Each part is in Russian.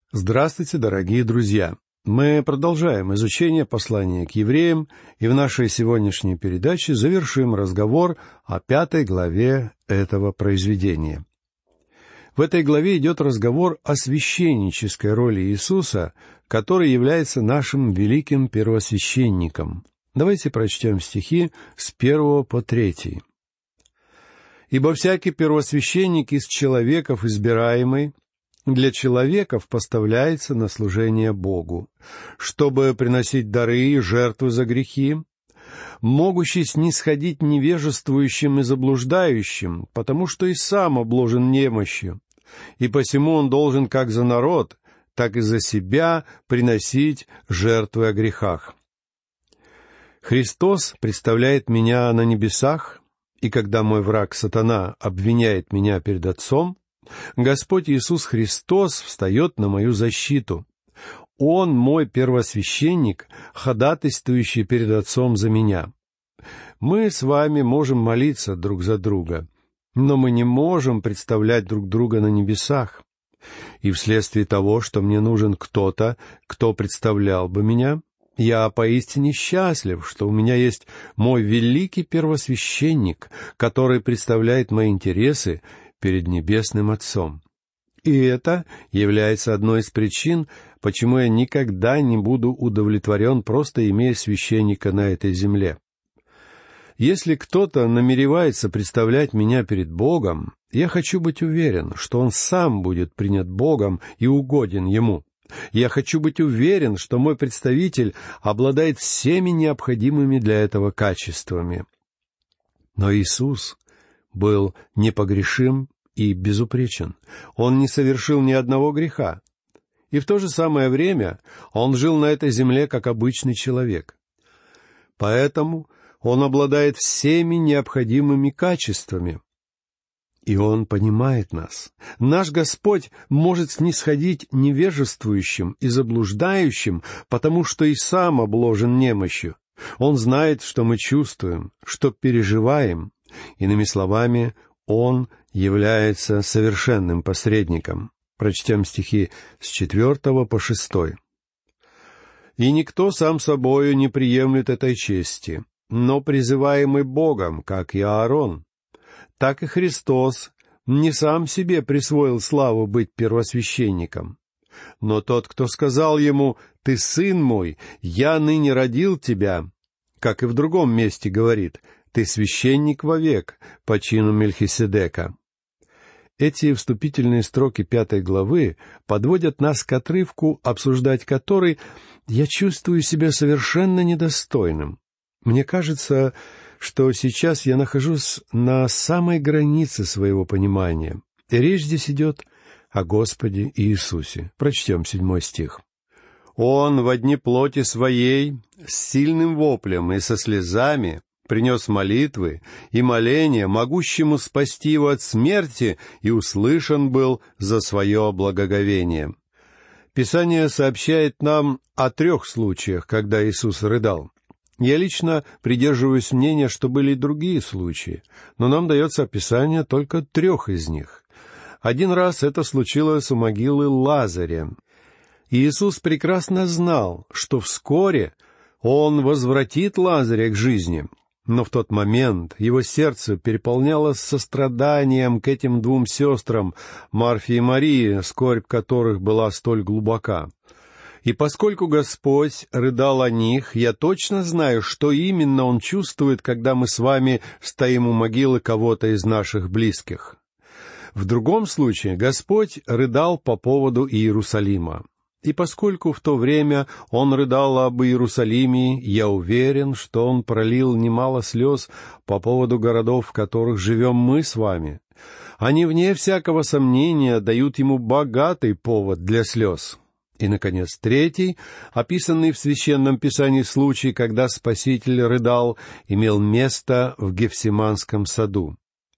Здравствуйте, дорогие друзья! Мы продолжаем изучение послания к евреям, и в нашей сегодняшней передаче завершим разговор о 5 главе этого произведения. В этой главе идет разговор о священнической роли Иисуса, который является нашим великим первосвященником. Давайте прочтем стихи с 1 по 3. «Ибо всякий первосвященник из человеков избираемый для человеков поставляется на служение Богу, чтобы приносить дары и жертвы за грехи, могущий снисходить невежествующим и заблуждающим, потому что и сам обложен немощью, и посему он должен как за народ, так и за себя приносить жертвы о грехах. Христос представляет меня на небесах, и когда мой враг сатана обвиняет меня перед Отцом, Господь Иисус Христос встает на мою защиту. Он мой первосвященник, ходатайствующий перед Отцом за меня. Мы с вами можем молиться друг за друга, но мы не можем представлять друг друга на небесах. И вследствие того, что мне нужен кто-то, кто представлял бы меня, я поистине счастлив, что у меня есть мой великий первосвященник, который представляет мои интересы перед Небесным Отцом. И это является одной из причин, почему я никогда не буду удовлетворен, просто имея священника на этой земле. Если кто-то намеревается представлять меня перед Богом, я хочу быть уверен, что он сам будет принят Богом и угоден Ему. Я хочу быть уверен, что мой представитель обладает всеми необходимыми для этого качествами. Но Иисус был непогрешим и безупречен. Он не совершил ни одного греха. И в то же самое время он жил на этой земле как обычный человек. Поэтому он обладает всеми необходимыми качествами. И он понимает нас. Наш Господь может снисходить невежествующим и заблуждающим, потому что и сам обложен немощью. Он знает, что мы чувствуем, что переживаем. Иными словами, Он является совершенным посредником. Прочтем стихи с 4 по 6. «И никто сам собою не приемлет этой чести, но призываемый Богом, как и Аарон. Так и Христос не сам себе присвоил славу быть первосвященником. Но тот, кто сказал ему: «Ты сын мой, я ныне родил тебя», как и в другом месте говорит: «Ты священник вовек по чину Мельхиседека». Эти вступительные строки 5 главы подводят нас к отрывку, обсуждать который я чувствую себя совершенно недостойным. Мне кажется, что сейчас я нахожусь на самой границе своего понимания. И речь здесь идет о Господе Иисусе. Прочтем 7 стих. «Он во дни плоти своей с сильным воплем и со слезами принес молитвы и моления, могущему спасти его от смерти, и услышан был за свое благоговение». Писание сообщает нам о 3 случаях, когда Иисус рыдал. Я лично придерживаюсь мнения, что были и другие случаи, но нам дается описание только 3 из них. Один раз это случилось у могилы Лазаря. Иисус прекрасно знал, что вскоре Он возвратит Лазаря к жизни, но в тот момент его сердце переполнялось состраданием к этим 2 сестрам, Марфе и Марии, скорбь которых была столь глубока. И поскольку Господь рыдал о них, я точно знаю, что именно Он чувствует, когда мы с вами стоим у могилы кого-то из наших близких. В другом случае Господь рыдал по поводу Иерусалима. И поскольку в то время Он рыдал об Иерусалиме, я уверен, что Он пролил немало слез по поводу городов, в которых живем мы с вами. Они, вне всякого сомнения, дают Ему богатый повод для слез. И, наконец, 3, описанный в Священном Писании случай, когда Спаситель рыдал, имел место в Гефсиманском саду.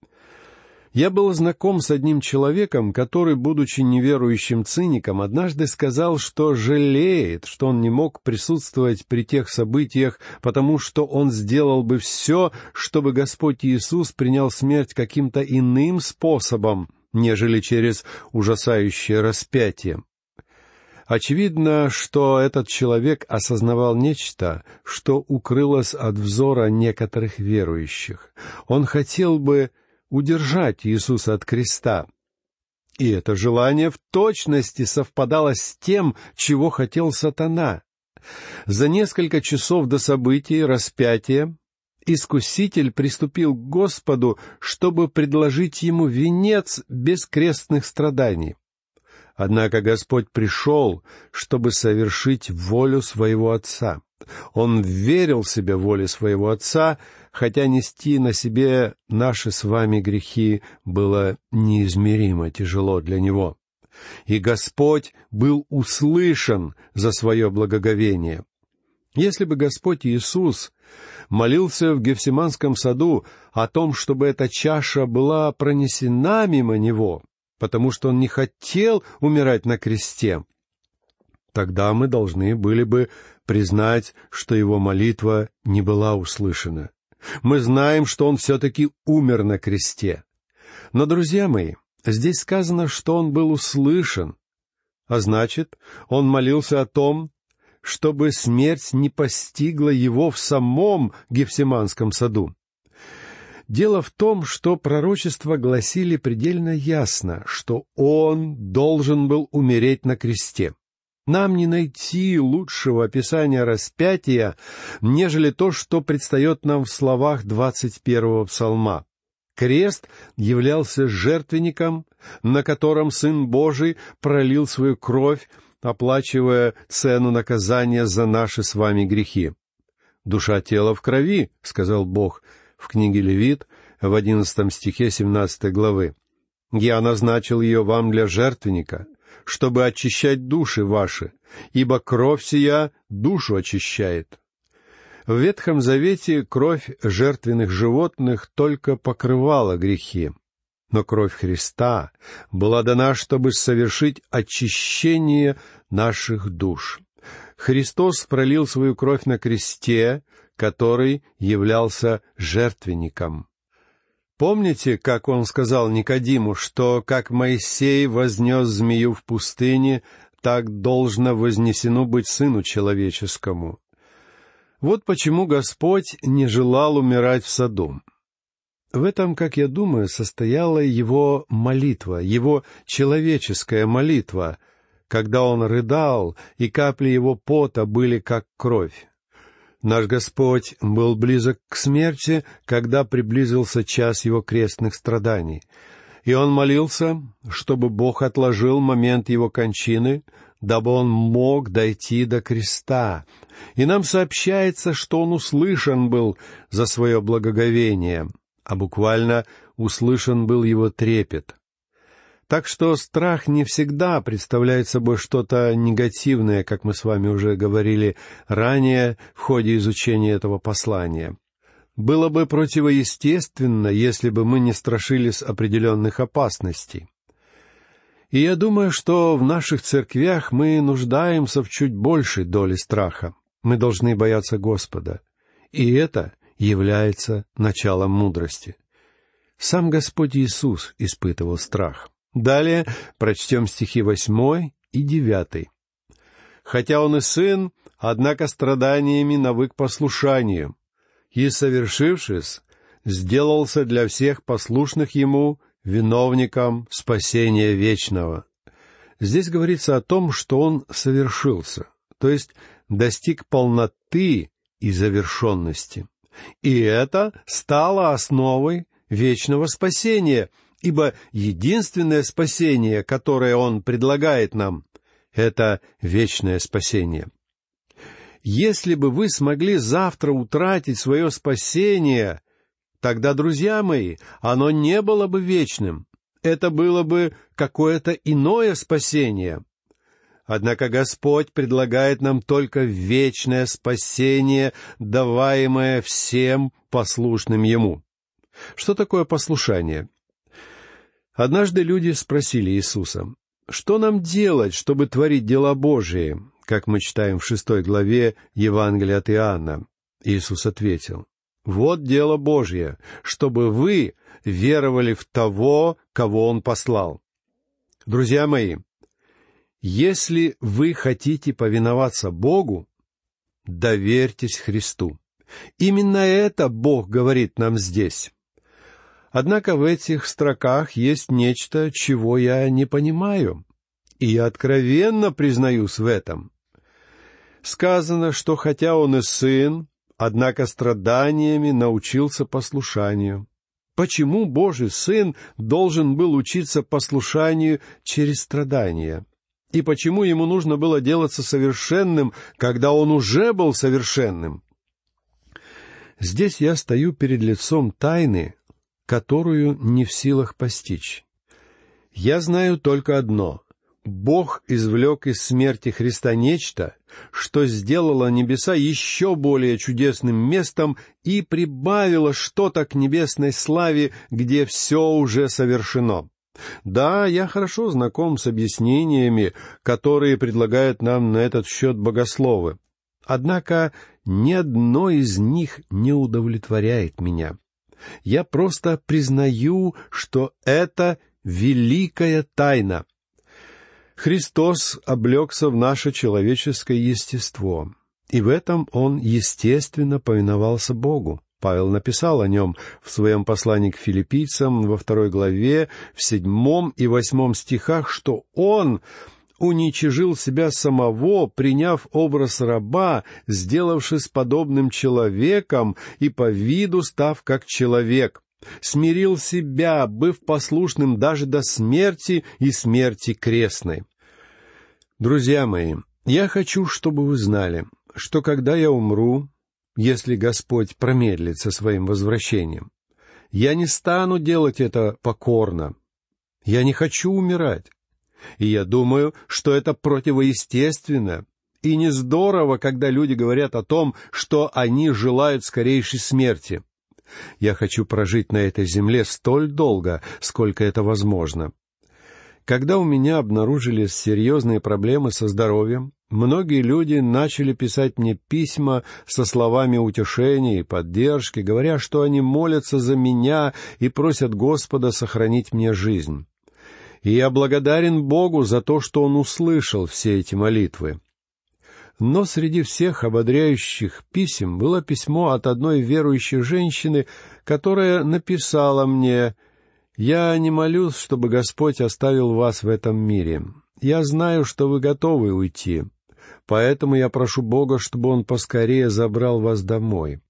Я был знаком с одним человеком, который, будучи неверующим циником, однажды сказал, что жалеет, что он не мог присутствовать при тех событиях, потому что он сделал бы все, чтобы Господь Иисус принял смерть каким-то иным способом, нежели через ужасающее распятие. Очевидно, что этот человек осознавал нечто, что укрылось от взора некоторых верующих. Он хотел бы удержать Иисуса от креста. И это желание в точности совпадало с тем, чего хотел сатана. За несколько часов до событий распятия Искуситель приступил к Господу, чтобы предложить ему венец бескрестных страданий. Однако Господь пришел, чтобы совершить волю своего Отца. Он верил себе воле своего Отца, хотя нести на себе наши с вами грехи было неизмеримо тяжело для Него. И Господь был услышан за свое благоговение. Если бы Господь Иисус молился в Гефсиманском саду о том, чтобы эта чаша была пронесена мимо Него, потому что Он не хотел умирать на кресте, тогда мы должны были бы признать, что Его молитва не была услышана. Мы знаем, что Он все-таки умер на кресте. Но, друзья мои, здесь сказано, что Он был услышан, а значит, Он молился о том, чтобы смерть не постигла Его в самом Гефсиманском саду. Дело в том, что пророчества гласили предельно ясно, что Он должен был умереть на кресте. Нам не найти лучшего описания распятия, нежели то, что предстает нам в словах 21-го псалма. Крест являлся жертвенником, на котором Сын Божий пролил свою кровь, оплачивая цену наказания за наши с вами грехи. «Душа тела в крови», — сказал Бог в книге Левит, в 11 стихе 17 главы. «Я назначил ее вам для жертвенника, чтобы очищать души ваши, ибо кровь сия душу очищает». В Ветхом Завете кровь жертвенных животных только покрывала грехи, но кровь Христа была дана, чтобы совершить очищение наших душ. Христос пролил свою кровь на кресте, который являлся жертвенником. Помните, как Он сказал Никодиму, что как Моисей вознес змею в пустыне, так должно вознесено быть Сыну Человеческому? Вот почему Господь не желал умирать в саду. В этом, как я думаю, состояла Его молитва, Его человеческая молитва, когда Он рыдал, и капли Его пота были как кровь. Наш Господь был близок к смерти, когда приблизился час Его крестных страданий. И Он молился, чтобы Бог отложил момент Его кончины, дабы Он мог дойти до креста. И нам сообщается, что Он услышан был за свое благоговение, а буквально услышан был Его трепет. Так что страх не всегда представляет собой что-то негативное, как мы с вами уже говорили ранее в ходе изучения этого послания. Было бы противоестественно, если бы мы не страшились определенных опасностей. И я думаю, что в наших церквях мы нуждаемся в чуть большей доле страха. Мы должны бояться Господа. И это является началом мудрости. Сам Господь Иисус испытывал страх. Далее прочтем стихи 8 и 9. «Хотя Он и Сын, однако страданиями навык послушанию, и, совершившись, сделался для всех послушных Ему виновником спасения вечного». Здесь говорится о том, что Он совершился, то есть достиг полноты и завершенности. И это стало основой вечного спасения, ибо единственное спасение, которое Он предлагает нам, это вечное спасение. Если бы вы смогли завтра утратить свое спасение, тогда, друзья мои, оно не было бы вечным. Это было бы какое-то иное спасение. Однако Господь предлагает нам только вечное спасение, даваемое всем послушным Ему. Что такое послушание? Однажды люди спросили Иисуса: «Что нам делать, чтобы творить дела Божии?» Как мы читаем в 6 главе Евангелия от Иоанна. Иисус ответил: «Вот дело Божье, чтобы вы веровали в того, кого Он послал». Друзья мои, Если вы хотите повиноваться Богу, доверьтесь Христу. Именно это Бог говорит нам здесь. Однако в этих строках есть нечто, чего я не понимаю, и я откровенно признаюсь в этом. Сказано, что хотя он и сын, однако страданиями научился послушанию. Почему Божий Сын должен был учиться послушанию через страдания? И почему ему нужно было делаться совершенным, когда он уже был совершенным? Здесь я стою перед лицом тайны, которую не в силах постичь. Я знаю только одно. Бог извлек из смерти Христа нечто, что сделало небеса еще более чудесным местом и прибавило что-то к небесной славе, где все уже совершено. Да, я хорошо знаком с объяснениями, которые предлагают нам на этот счет богословы. Однако ни одно из них не удовлетворяет меня. Я просто признаю, что это великая тайна. Христос облегся в наше человеческое естество, и в этом Он, естественно, повиновался Богу. Павел написал о нем в своем послании к филиппийцам во 2 главе, в 7 и 8 стихах, что Он уничижил себя самого, приняв образ раба, сделавшись подобным человеком и по виду став как человек, смирил себя, быв послушным даже до смерти и смерти крестной. Друзья мои, я хочу, чтобы вы знали, что когда я умру, если Господь промедлит со своим возвращением, я не стану делать это покорно. Я не хочу умирать. И я думаю, что это противоестественно. И не здорово, когда люди говорят о том, что они желают скорейшей смерти. Я хочу прожить на этой земле столь долго, сколько это возможно. Когда у меня обнаружились серьезные проблемы со здоровьем, многие люди начали писать мне письма со словами утешения и поддержки, говоря, что они молятся за меня и просят Господа сохранить мне жизнь. И я благодарен Богу за то, что Он услышал все эти молитвы. Но среди всех ободряющих писем было письмо от одной верующей женщины, которая написала мне: «Я не молюсь, чтобы Господь оставил вас в этом мире. Я знаю, что вы готовы уйти. Поэтому я прошу Бога, чтобы Он поскорее забрал вас домой».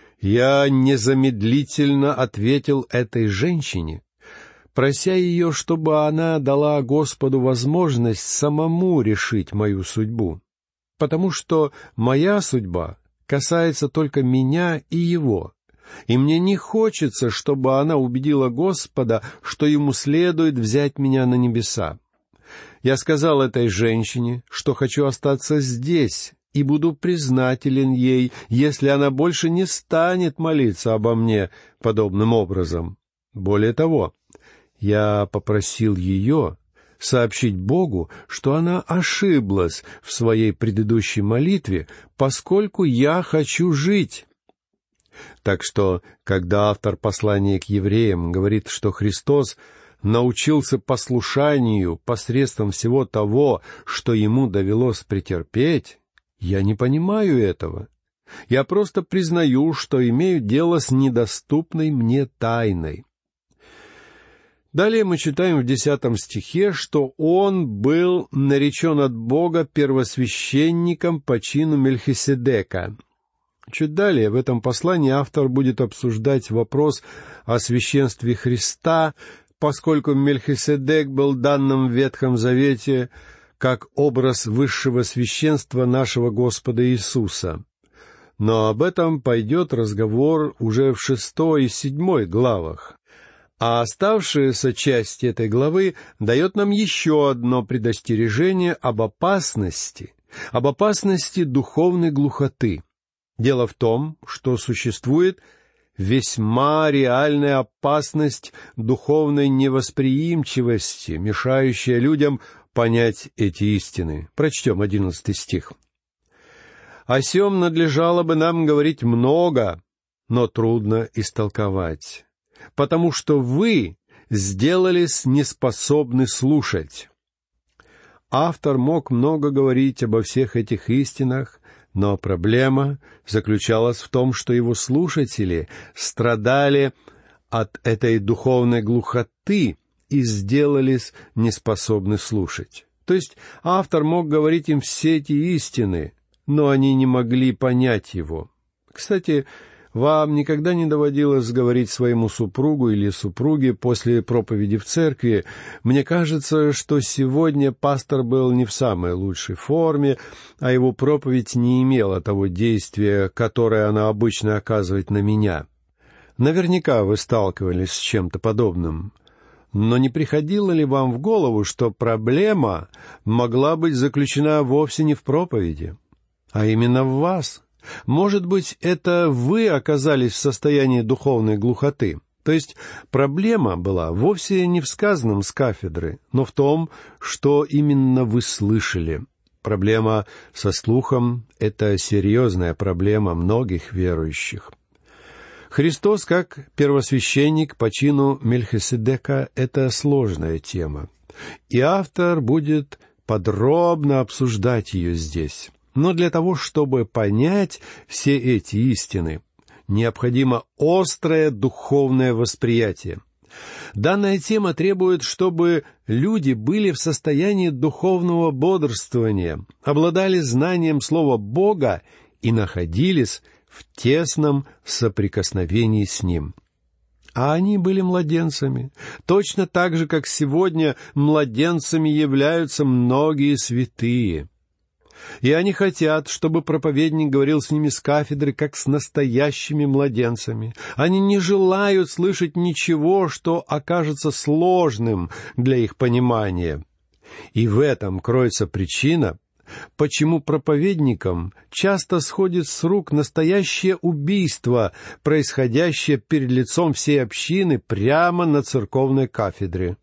Я незамедлительно ответил этой женщине, прося ее, чтобы она дала Господу возможность самому решить мою судьбу, потому что моя судьба касается только меня и Его, и мне не хочется, чтобы она убедила Господа, что Ему следует взять меня на небеса. Я сказал этой женщине, что хочу остаться здесь, и буду признателен ей, если она больше не станет молиться обо мне подобным образом. Более того, я попросил ее сообщить Богу, что она ошиблась в своей предыдущей молитве, поскольку я хочу жить. Так что, когда автор послания к евреям говорит, что Христос научился послушанию посредством всего того, что ему довелось претерпеть, я не понимаю этого. Я просто признаю, что имею дело с недоступной мне тайной. Далее мы читаем в 10 стихе, что он был наречен от Бога первосвященником по чину Мельхиседека. Чуть далее в этом послании автор будет обсуждать вопрос о священстве Христа, поскольку Мельхиседек был данным в Ветхом Завете как образ высшего священства нашего Господа Иисуса. Но об этом пойдет разговор уже в 6 и 7 главах. А оставшаяся часть этой главы дает нам еще одно предостережение об опасности духовной глухоты. Дело в том, что существует весьма реальная опасность духовной невосприимчивости, мешающая людям понять эти истины. Прочтем 11 стих. «О сем надлежало бы нам говорить много, но трудно истолковать, потому что вы сделались неспособны слушать». Автор мог много говорить обо всех этих истинах, но проблема заключалась в том, что его слушатели страдали от этой духовной глухоты и сделались неспособны слушать. То есть автор мог говорить им все эти истины, но они не могли понять его. Кстати, вам никогда не доводилось говорить своему супругу или супруге после проповеди в церкви: «Мне кажется, что сегодня пастор был не в самой лучшей форме, а его проповедь не имела того действия, которое она обычно оказывает на меня». Наверняка вы сталкивались с чем-то подобным. Но не приходило ли вам в голову, что проблема могла быть заключена вовсе не в проповеди, а именно в вас? Может быть, это вы оказались в состоянии духовной глухоты. То есть проблема была вовсе не в сказанном с кафедры, но в том, что именно вы слышали. Проблема со слухом — это серьезная проблема многих верующих. Христос, как первосвященник по чину Мельхиседека, — это сложная тема, и автор будет подробно обсуждать ее здесь. Но для того, чтобы понять все эти истины, необходимо острое духовное восприятие. Данная тема требует, чтобы люди были в состоянии духовного бодрствования, обладали знанием Слова Бога и находились в тесном соприкосновении с Ним. А они были младенцами, точно так же, как сегодня младенцами являются многие святые. И они хотят, чтобы проповедник говорил с ними с кафедры, как с настоящими младенцами. Они не желают слышать ничего, что окажется сложным для их понимания. И в этом кроется причина, почему проповедникам часто сходит с рук настоящее убийство, происходящее перед лицом всей общины прямо на церковной кафедре.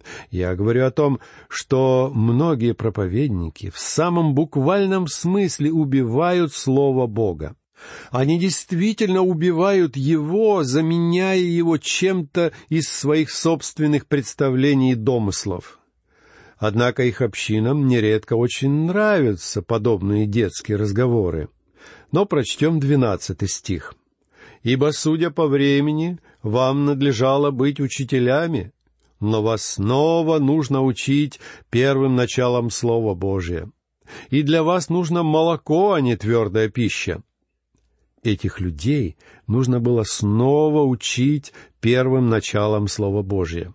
Я говорю о том, что многие проповедники в самом буквальном смысле убивают Слово Бога. Они действительно убивают его, заменяя его чем-то из своих собственных представлений и домыслов. Однако их общинам нередко очень нравятся подобные детские разговоры. Но прочтем 12 стих. «Ибо, судя по времени, вам надлежало быть учителями, но вас снова нужно учить первым началом Слова Божия. И для вас нужно молоко, а не твердая пища». Этих людей нужно было снова учить первым началом Слова Божия.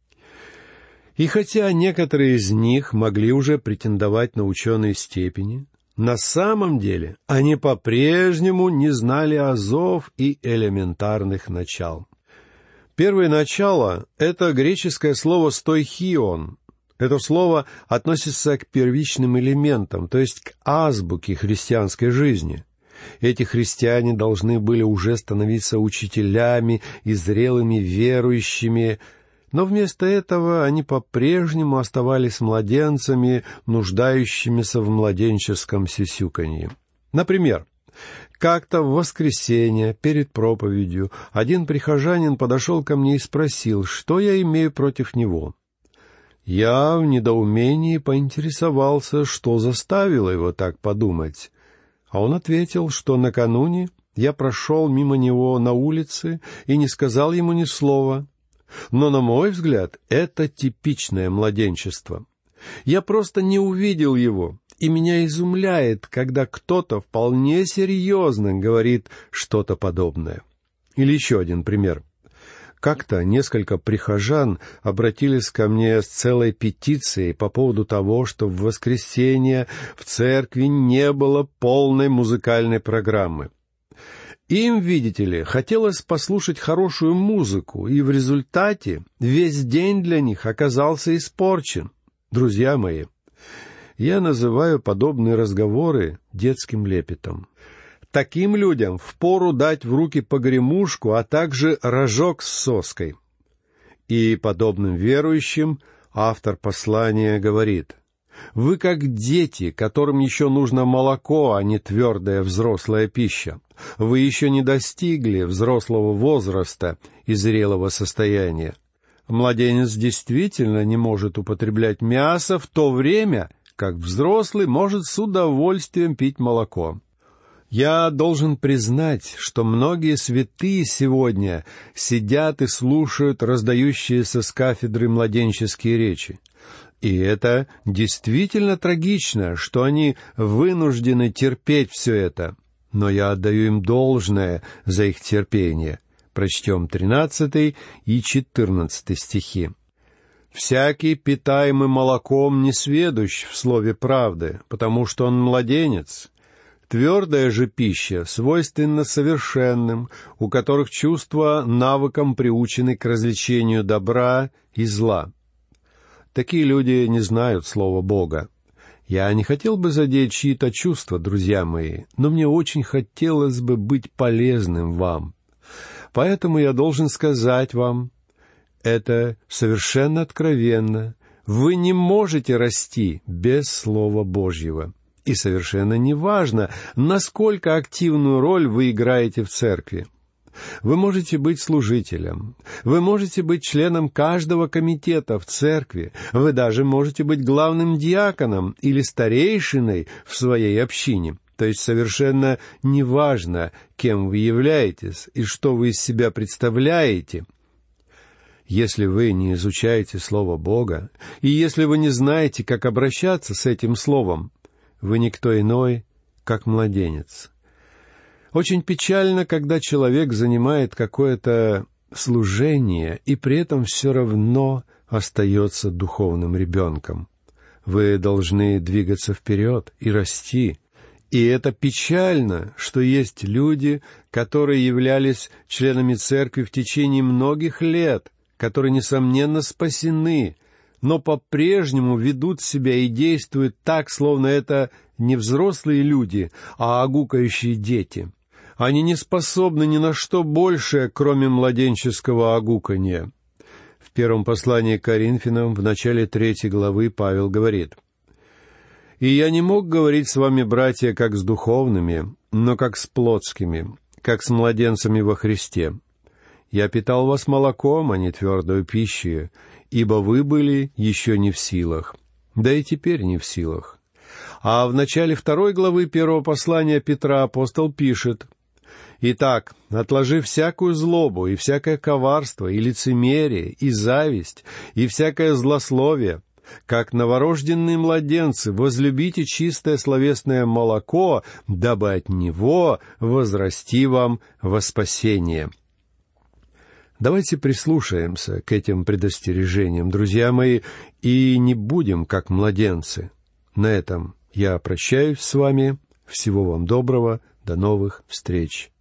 И хотя некоторые из них могли уже претендовать на ученые степени, на самом деле они по-прежнему не знали азов и элементарных начал. Первое начало — это греческое слово «стойхион». Это слово относится к первичным элементам, то есть к азбуке христианской жизни. Эти христиане должны были уже становиться учителями и зрелыми верующими, но вместо этого они по-прежнему оставались младенцами, нуждающимися в младенческом сюсюканье. Например, как-то в воскресенье перед проповедью один прихожанин подошел ко мне и спросил, что я имею против него. Я в недоумении поинтересовался, что заставило его так подумать. А он ответил, что накануне я прошел мимо него на улице и не сказал ему ни слова. Но, на мой взгляд, это типичное младенчество. Я просто не увидел его, и меня изумляет, когда кто-то вполне серьезно говорит что-то подобное. Или еще один пример. Как-то несколько прихожан обратились ко мне с целой петицией по поводу того, что в воскресенье в церкви не было полной музыкальной программы. Им, видите ли, хотелось послушать хорошую музыку, и в результате весь день для них оказался испорчен. Друзья мои, я называю подобные разговоры детским лепетом. Таким людям впору дать в руки погремушку, а также рожок с соской. И подобным верующим автор послания говорит: «Вы как дети, которым еще нужно молоко, а не твердая взрослая пища. Вы еще не достигли взрослого возраста и зрелого состояния». Младенец действительно не может употреблять мясо в то время, как взрослый, может с удовольствием пить молоко. Я должен признать, что многие святые сегодня сидят и слушают раздающиеся с кафедры младенческие речи. И это действительно трагично, что они вынуждены терпеть все это. Но я отдаю им должное за их терпение. Прочтем 13 и 14 стихи. «Всякий, питаемый молоком, не сведущ в слове правды, потому что он младенец. Твердая же пища свойственна совершенным, у которых чувства навыком приучены к развлечению добра и зла». Такие люди не знают слова Бога. Я не хотел бы задеть чьи-то чувства, друзья мои, но мне очень хотелось бы быть полезным вам. Поэтому я должен сказать вам, это совершенно откровенно. Вы не можете расти без Слова Божьего. И совершенно не важно, насколько активную роль вы играете в церкви. Вы можете быть служителем, вы можете быть членом каждого комитета в церкви, вы даже можете быть главным диаконом или старейшиной в своей общине. То есть совершенно не важно, кем вы являетесь и что вы из себя представляете. Если вы не изучаете Слово Бога, и если вы не знаете, как обращаться с этим Словом, вы никто иной, как младенец. Очень печально, когда человек занимает какое-то служение и при этом все равно остается духовным ребенком. Вы должны двигаться вперед и расти. И это печально, что есть люди, которые являлись членами церкви в течение многих лет, которые, несомненно, спасены, но по-прежнему ведут себя и действуют так, словно это не взрослые люди, а огукающие дети. Они не способны ни на что большее, кроме младенческого огуканья. В первом послании к Коринфянам, в начале 3 главы, Павел говорит: «И я не мог говорить с вами, братья, как с духовными, но как с плотскими, как с младенцами во Христе. Я питал вас молоком, а не твердою пищей, ибо вы были еще не в силах, да и теперь не в силах». А в начале 2 главы 1 послания Петра апостол пишет: «Итак, отложив всякую злобу, и всякое коварство, и лицемерие, и зависть, и всякое злословие, как новорожденные младенцы, возлюбите чистое словесное молоко, дабы от него возрасти вам во спасение». Давайте прислушаемся к этим предостережениям, друзья мои, и не будем как младенцы. На этом я прощаюсь с вами. Всего вам доброго. До новых встреч.